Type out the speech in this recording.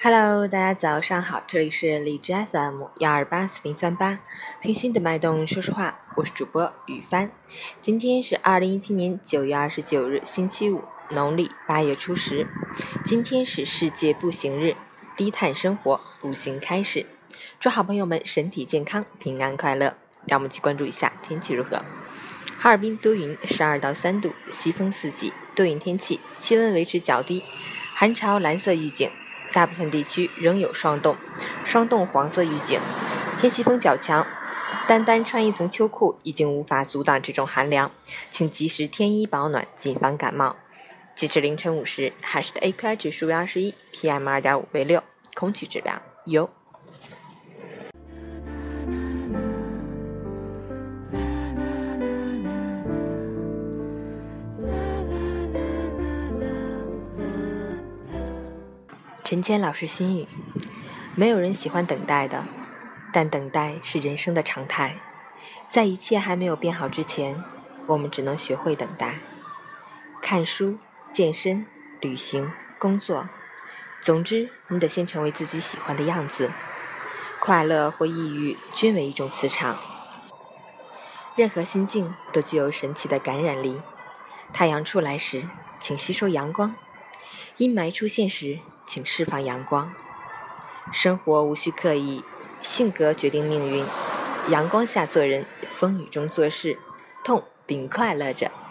Hello，大家早上好，这里是荔枝 FM1284038，听心的脉动，说实话，我是主播雨帆。今天是2017年9月29日，星期五，农历8月初10。今天是世界步行日，低碳生活，步行开始。祝好朋友们身体健康，平安快乐。让我们去关注一下天气如何。哈尔滨多云，12到3度，西风4级，多云天气，气温维持较低，寒潮蓝色预警。大部分地区仍有霜冻黄色预警，天气风较强，单穿一层秋裤已经无法阻挡这种寒凉，请及时添衣保暖，谨防感冒。截至凌晨5时，海市的 AQI 指数为21 ，PM2.5 为6，空气质量优。陈坚老师心语：没有人喜欢等待的，但等待是人生的常态。在一切还没有变好之前，我们只能学会等待。看书、健身、旅行、工作，总之，你得先成为自己喜欢的样子。快乐或抑郁均为一种磁场，任何心境都具有神奇的感染力。太阳出来时，请吸收阳光；阴霾出现时，请释放阳光。生活无需刻意，性格决定命运。阳光下做人，风雨中做事，痛并快乐着。